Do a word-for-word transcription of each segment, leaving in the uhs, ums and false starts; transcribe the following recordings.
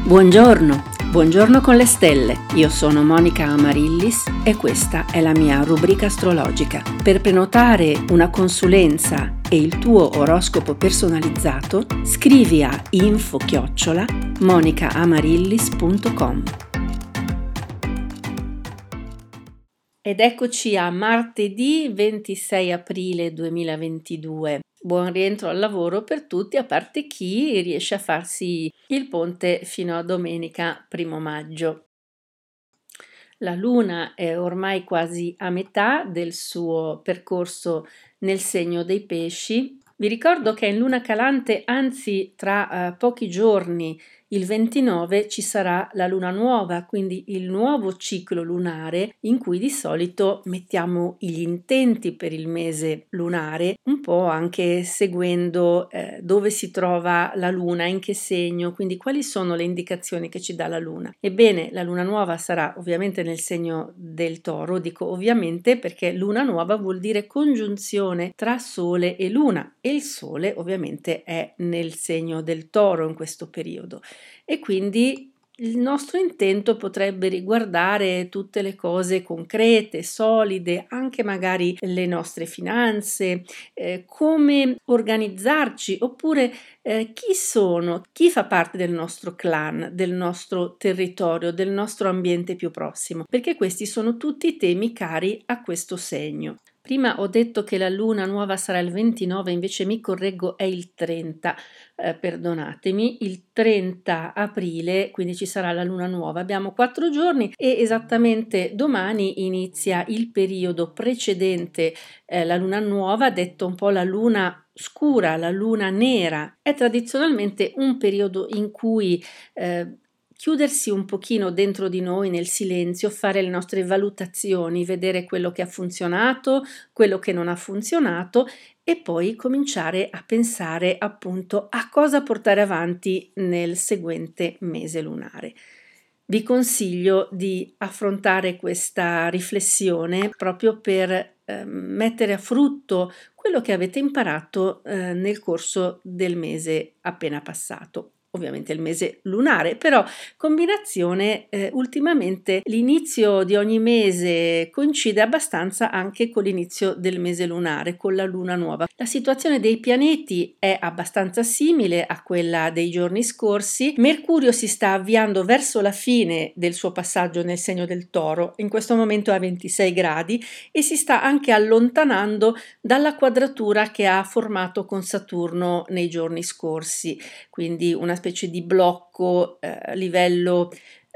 Buongiorno, buongiorno con le stelle. Io sono Monica Amarillis e questa è la mia rubrica astrologica. Per prenotare una consulenza e il tuo oroscopo personalizzato, scrivi a info chiocciola monicamarillis punto com. Ed eccoci a martedì ventisei aprile duemilaventidue. Buon rientro al lavoro per tutti, a parte chi riesce a farsi il ponte fino a domenica primo maggio. La luna è ormai quasi a metà del suo percorso nel segno dei pesci. Vi ricordo che in luna calante, anzi tra uh, pochi giorni, il ventinove, ci sarà la luna nuova, quindi il nuovo ciclo lunare in cui di solito mettiamo gli intenti per il mese lunare, un po' anche seguendo eh, dove si trova la luna, in che segno, quindi quali sono le indicazioni che ci dà la luna. Ebbene, la luna nuova sarà ovviamente nel segno del Toro, dico ovviamente perché luna nuova vuol dire congiunzione tra Sole e Luna e il Sole ovviamente è nel segno del Toro in questo periodo. E quindi il nostro intento potrebbe riguardare tutte le cose concrete, solide, anche magari le nostre finanze, eh, come organizzarci, oppure eh, chi sono, chi fa parte del nostro clan, del nostro territorio, del nostro ambiente più prossimo, perché questi sono tutti temi cari a questo segno. Prima ho detto che la luna nuova sarà il ventinove, invece mi correggo, è il trenta, eh, perdonatemi, il trenta aprile, quindi ci sarà la luna nuova. Abbiamo quattro giorni e esattamente domani inizia il periodo precedente eh, la luna nuova, detto un po' la luna scura, la luna nera. È tradizionalmente un periodo in cui eh, chiudersi un pochino dentro di noi nel silenzio, fare le nostre valutazioni, vedere quello che ha funzionato, quello che non ha funzionato e poi cominciare a pensare appunto a cosa portare avanti nel seguente mese lunare. Vi consiglio di affrontare questa riflessione proprio per eh, mettere a frutto quello che avete imparato eh, nel corso del mese appena passato. Ovviamente il mese lunare, però combinazione eh, ultimamente l'inizio di ogni mese coincide abbastanza anche con l'inizio del mese lunare, con la luna nuova. La situazione dei pianeti è abbastanza simile a quella dei giorni scorsi. Mercurio si sta avviando verso la fine del suo passaggio nel segno del Toro, in questo momento a ventisei gradi, e si sta anche allontanando dalla quadratura che ha formato con Saturno nei giorni scorsi, quindi una specie di blocco eh, a livello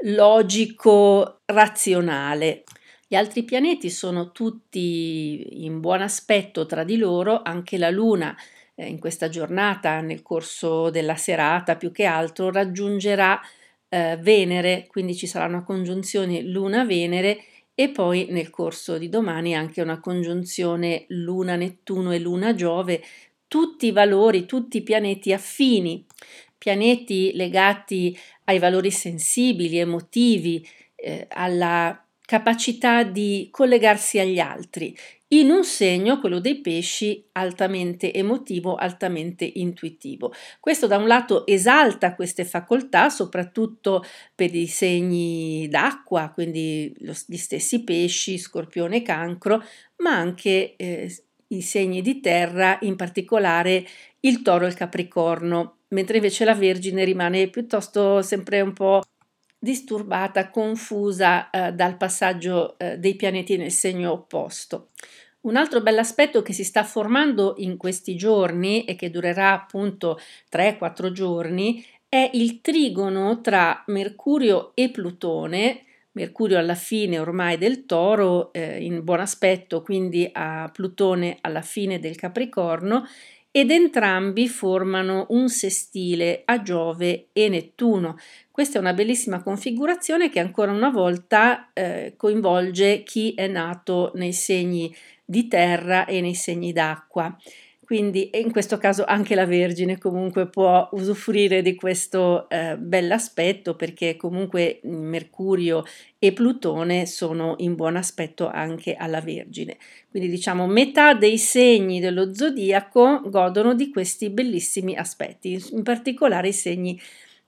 logico razionale. Gli altri pianeti sono tutti in buon aspetto tra di loro, anche la Luna eh, in questa giornata, nel corso della serata più che altro, raggiungerà eh, Venere, quindi ci sarà una congiunzione Luna-Venere e poi nel corso di domani anche una congiunzione Luna-Nettuno e Luna-Giove, tutti i valori, tutti i pianeti affini, pianeti legati ai valori sensibili, emotivi, eh, alla capacità di collegarsi agli altri, in un segno, quello dei pesci, altamente emotivo, altamente intuitivo. Questo da un lato esalta queste facoltà, soprattutto per i segni d'acqua, quindi lo, gli stessi pesci, scorpione e cancro, ma anche eh, i segni di terra, in particolare il toro e il capricorno, mentre invece la Vergine rimane piuttosto sempre un po' disturbata, confusa eh, dal passaggio eh, dei pianeti nel segno opposto. Un altro bell'aspetto che si sta formando in questi giorni e che durerà appunto tre quattro giorni è il trigono tra Mercurio e Plutone. Mercurio alla fine ormai del Toro, eh, in buon aspetto, quindi a Plutone alla fine del Capricorno, ed entrambi formano un sestile a Giove e Nettuno. Questa è una bellissima configurazione che ancora una volta eh, coinvolge chi è nato nei segni di terra e nei segni d'acqua. Quindi in questo caso anche la Vergine comunque può usufruire di questo eh, bell'aspetto, perché comunque Mercurio e Plutone sono in buon aspetto anche alla Vergine. Quindi diciamo metà dei segni dello zodiaco godono di questi bellissimi aspetti, in particolare i segni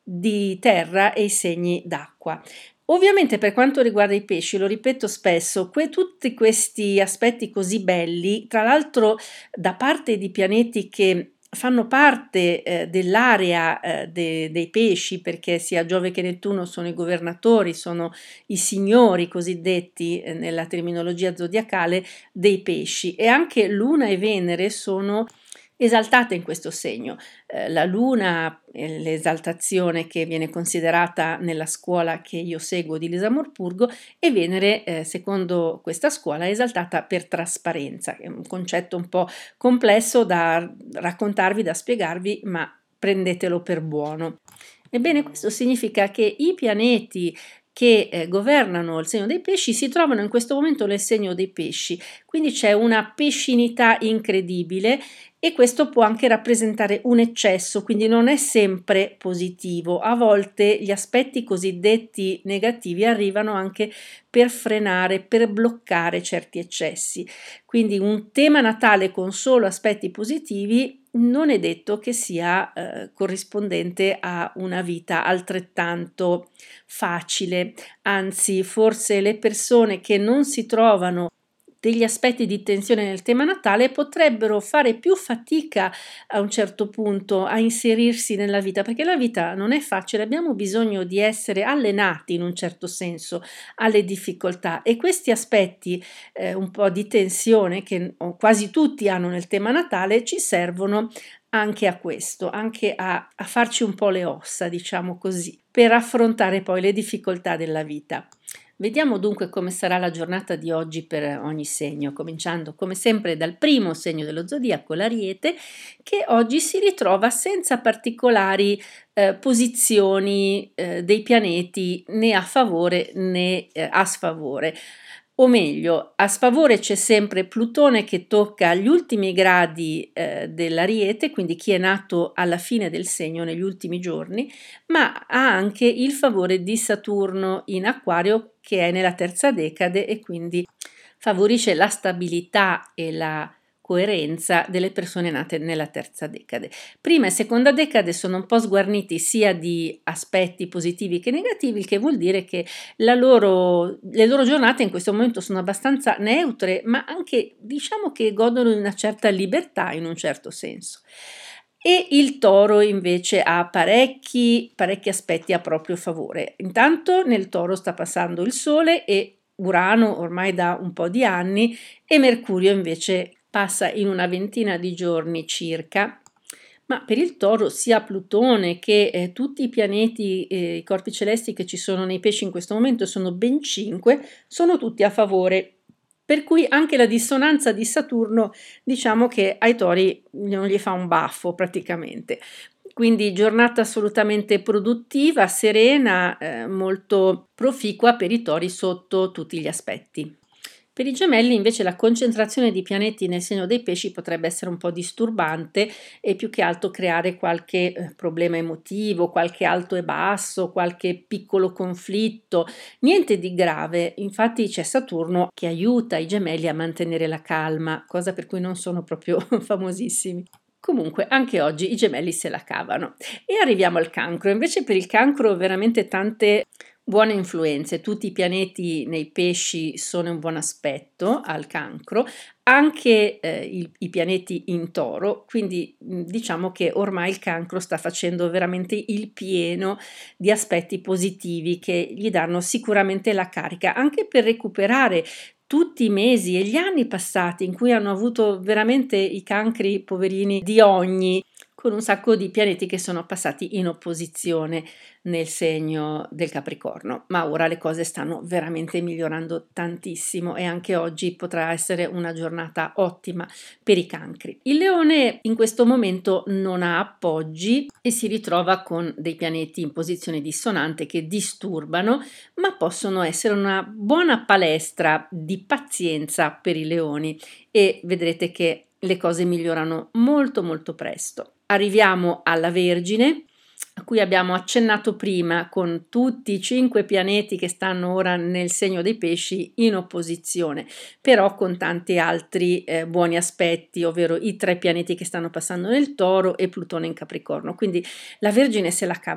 di terra e i segni d'acqua. Ovviamente per quanto riguarda i pesci, lo ripeto spesso, que- tutti questi aspetti così belli, tra l'altro da parte di pianeti che fanno parte eh, dell'area eh, de- dei pesci, perché sia Giove che Nettuno sono i governatori, sono i signori cosiddetti eh, nella terminologia zodiacale dei pesci, e anche Luna e Venere sono esaltate in questo segno. Eh, la luna, eh, l'esaltazione che viene considerata nella scuola che io seguo di Lisa Morpurgo, e Venere, eh, secondo questa scuola, è esaltata per trasparenza, che è un concetto un po' complesso da raccontarvi, da spiegarvi, ma prendetelo per buono. Ebbene, questo significa che i pianeti che eh, governano il segno dei pesci si trovano in questo momento nel segno dei pesci, quindi c'è una pescinità incredibile, e questo può anche rappresentare un eccesso, quindi non è sempre positivo. A volte gli aspetti cosiddetti negativi arrivano anche per frenare, per bloccare certi eccessi. Quindi un tema natale con solo aspetti positivi non è detto che sia eh, corrispondente a una vita altrettanto facile, anzi forse le persone che non si trovano degli aspetti di tensione nel tema natale potrebbero fare più fatica a un certo punto a inserirsi nella vita, perché la vita non è facile, abbiamo bisogno di essere allenati in un certo senso alle difficoltà, e questi aspetti eh, un po' di tensione che quasi tutti hanno nel tema natale ci servono anche a questo, anche a, a farci un po' le ossa, diciamo così, per affrontare poi le difficoltà della vita. Vediamo dunque come sarà la giornata di oggi per ogni segno, cominciando come sempre dal primo segno dello zodiaco, l'Ariete, che oggi si ritrova senza particolari eh, posizioni eh, dei pianeti né a favore né eh, a sfavore. O meglio, a sfavore c'è sempre Plutone che tocca gli ultimi gradi eh, dell'Ariete, quindi chi è nato alla fine del segno negli ultimi giorni, ma ha anche il favore di Saturno in Acquario che è nella terza decade, e quindi favorisce la stabilità e la coerenza delle persone nate nella terza decade. Prima e seconda decade sono un po' sguarniti sia di aspetti positivi che negativi, il che vuol dire che la loro, le loro giornate in questo momento sono abbastanza neutre, ma anche diciamo che godono di una certa libertà in un certo senso. E il Toro invece ha parecchi, parecchi aspetti a proprio favore. Intanto nel Toro sta passando il Sole e Urano ormai da un po' di anni, e Mercurio invece passa in una ventina di giorni circa. Ma per il Toro sia Plutone che eh, tutti i pianeti, eh, i corpi celesti che ci sono nei pesci in questo momento, sono ben cinque, sono tutti a favore. Per cui anche la dissonanza di Saturno, diciamo che ai tori non gli fa un baffo praticamente. Quindi giornata assolutamente produttiva, serena, eh, molto proficua per i tori sotto tutti gli aspetti. Per i Gemelli invece la concentrazione di pianeti nel segno dei pesci potrebbe essere un po' disturbante, e più che altro creare qualche eh, problema emotivo, qualche alto e basso, qualche piccolo conflitto. Niente di grave, infatti c'è Saturno che aiuta i Gemelli a mantenere la calma, cosa per cui non sono proprio famosissimi. Comunque, anche oggi i Gemelli se la cavano. E arriviamo al Cancro. Invece per il Cancro veramente tante buone influenze. Tutti i pianeti nei pesci sono in buon aspetto al Cancro, anche eh, i, i pianeti in Toro, quindi mh, diciamo che ormai il Cancro sta facendo veramente il pieno di aspetti positivi che gli danno sicuramente la carica, anche per recuperare tutti i mesi e gli anni passati in cui hanno avuto veramente i cancri poverini di ogni, con un sacco di pianeti che sono passati in opposizione nel segno del Capricorno, ma ora le cose stanno veramente migliorando tantissimo, e anche oggi potrà essere una giornata ottima per i cancri. Il Leone in questo momento non ha appoggi e si ritrova con dei pianeti in posizione dissonante che disturbano, ma possono essere una buona palestra di pazienza per i leoni, e vedrete che le cose migliorano molto molto presto. Arriviamo alla Vergine, a cui abbiamo accennato prima, con tutti i cinque pianeti che stanno ora nel segno dei pesci in opposizione, però con tanti altri eh, buoni aspetti, ovvero i tre pianeti che stanno passando nel Toro e Plutone in Capricorno. Quindi la Vergine se la cava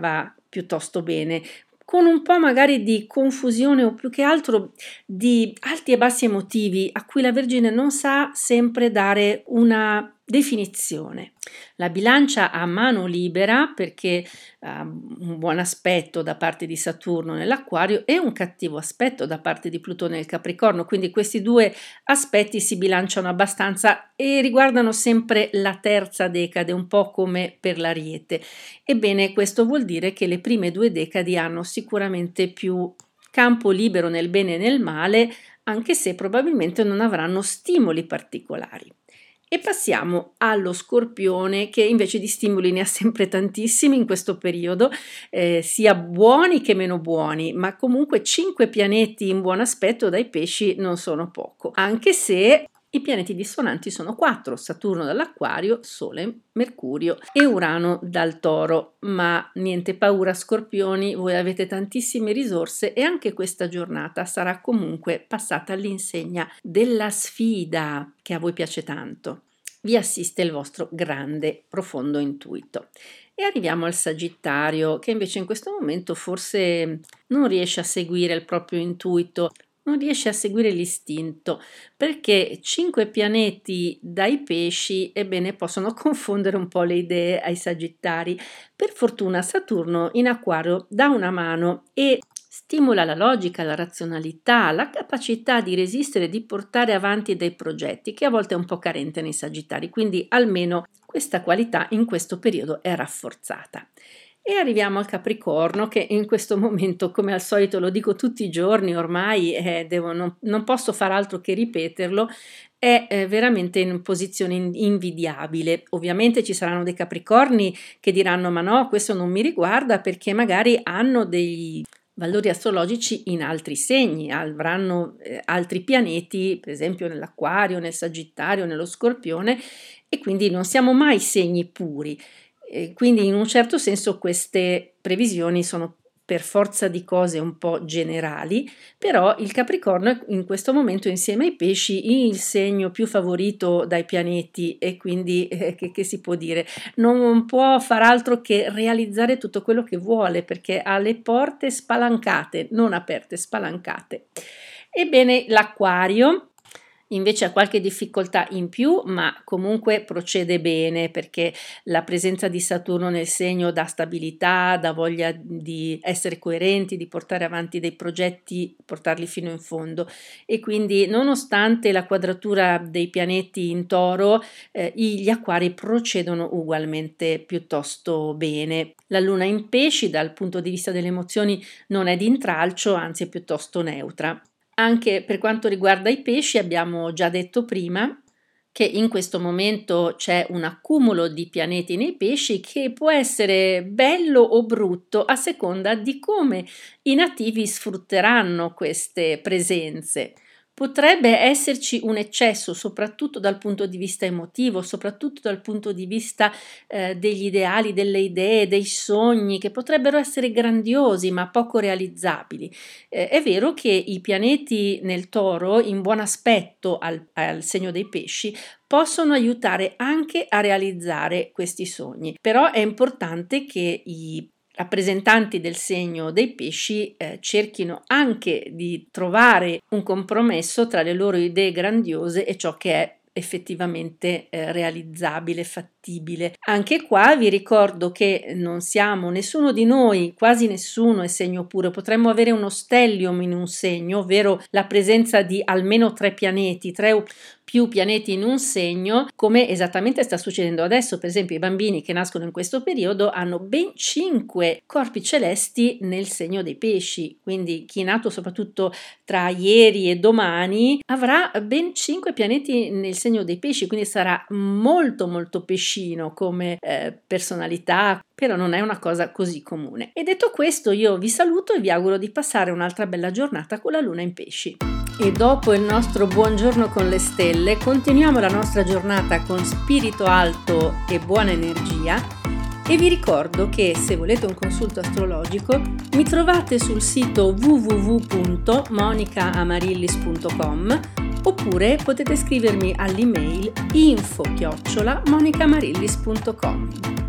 piuttosto bene, con un po' magari di confusione o più che altro di alti e bassi emotivi a cui la Vergine non sa sempre dare una definizione. La bilancia ha mano libera perché ha un buon aspetto da parte di Saturno nell'Acquario e un cattivo aspetto da parte di Plutone nel Capricorno, quindi questi due aspetti si bilanciano abbastanza e riguardano sempre la terza decade, un po' come per l'Ariete. Ebbene, questo vuol dire che le prime due decadi hanno sicuramente più campo libero nel bene e nel male, anche se probabilmente non avranno stimoli particolari. E passiamo allo Scorpione, che invece di stimoli ne ha sempre tantissimi in questo periodo, eh, sia buoni che meno buoni, ma comunque cinque pianeti in buon aspetto dai Pesci non sono poco, anche se i pianeti dissonanti sono quattro: Saturno dall'Acquario, Sole, Mercurio e Urano dal Toro. Ma niente paura, Scorpioni, voi avete tantissime risorse e anche questa giornata sarà comunque passata all'insegna della sfida, che a voi piace tanto. Vi assiste il vostro grande, profondo intuito. E arriviamo al Sagittario, che invece in questo momento forse non riesce a seguire il proprio intuito, non riesce a seguire l'istinto, perché cinque pianeti dai Pesci, ebbene, possono confondere un po' le idee ai Sagittari. Per fortuna Saturno in Acquario dà una mano e stimola la logica, la razionalità, la capacità di resistere, di portare avanti dei progetti, che a volte è un po' carente nei Sagittari, quindi almeno questa qualità in questo periodo è rafforzata. E arriviamo al Capricorno, che in questo momento, come al solito, lo dico tutti i giorni ormai, eh, devo, non, non posso far altro che ripeterlo, è eh, veramente in posizione in, invidiabile. Ovviamente ci saranno dei Capricorni che diranno: ma no, questo non mi riguarda, perché magari hanno dei valori astrologici in altri segni, avranno eh, altri pianeti, per esempio nell'Acquario, nel Sagittario, nello Scorpione, e quindi non siamo mai segni puri. E quindi in un certo senso queste previsioni sono per forza di cose un po' generali, però il Capricorno è in questo momento, insieme ai Pesci, il segno più favorito dai pianeti, e quindi eh, che, che si può dire, non può far altro che realizzare tutto quello che vuole, perché ha le porte spalancate, non aperte, spalancate. Ebbene, l'Acquario invece ha qualche difficoltà in più, ma comunque procede bene, perché la presenza di Saturno nel segno dà stabilità, dà voglia di essere coerenti, di portare avanti dei progetti, portarli fino in fondo. E quindi, nonostante la quadratura dei pianeti in Toro, eh, gli acquari procedono ugualmente piuttosto bene. La Luna in Pesci, dal punto di vista delle emozioni, non è di intralcio, anzi è piuttosto neutra. Anche per quanto riguarda i Pesci, abbiamo già detto prima che in questo momento c'è un accumulo di pianeti nei Pesci che può essere bello o brutto a seconda di come i nativi sfrutteranno queste presenze. Potrebbe esserci un eccesso, soprattutto dal punto di vista emotivo, soprattutto dal punto di vista eh, degli ideali, delle idee, dei sogni, che potrebbero essere grandiosi ma poco realizzabili. Eh, è vero che i pianeti nel Toro, in buon aspetto al, al segno dei Pesci, possono aiutare anche a realizzare questi sogni, però è importante che i rappresentanti del segno dei Pesci eh, cerchino anche di trovare un compromesso tra le loro idee grandiose e ciò che è effettivamente eh, realizzabile, fattibile. Anche qua vi ricordo che non siamo, nessuno di noi, quasi nessuno è segno puro. Potremmo avere uno stellium in un segno, ovvero la presenza di almeno tre pianeti, tre o più pianeti in un segno, come esattamente sta succedendo adesso. Per esempio, i bambini che nascono in questo periodo hanno ben cinque corpi celesti nel segno dei Pesci, quindi chi è nato soprattutto tra ieri e domani avrà ben cinque pianeti nel segno dei Pesci, quindi sarà molto molto pescino come eh, personalità, però non è una cosa così comune. E detto questo, io vi saluto e vi auguro di passare un'altra bella giornata con la Luna in Pesci. E dopo il nostro buongiorno con le stelle, continuiamo la nostra giornata con spirito alto e buona energia. E vi ricordo che se volete un consulto astrologico mi trovate sul sito w w w punto monica amarillis punto com oppure potete scrivermi all'email info chiocciola monica amarillis punto com.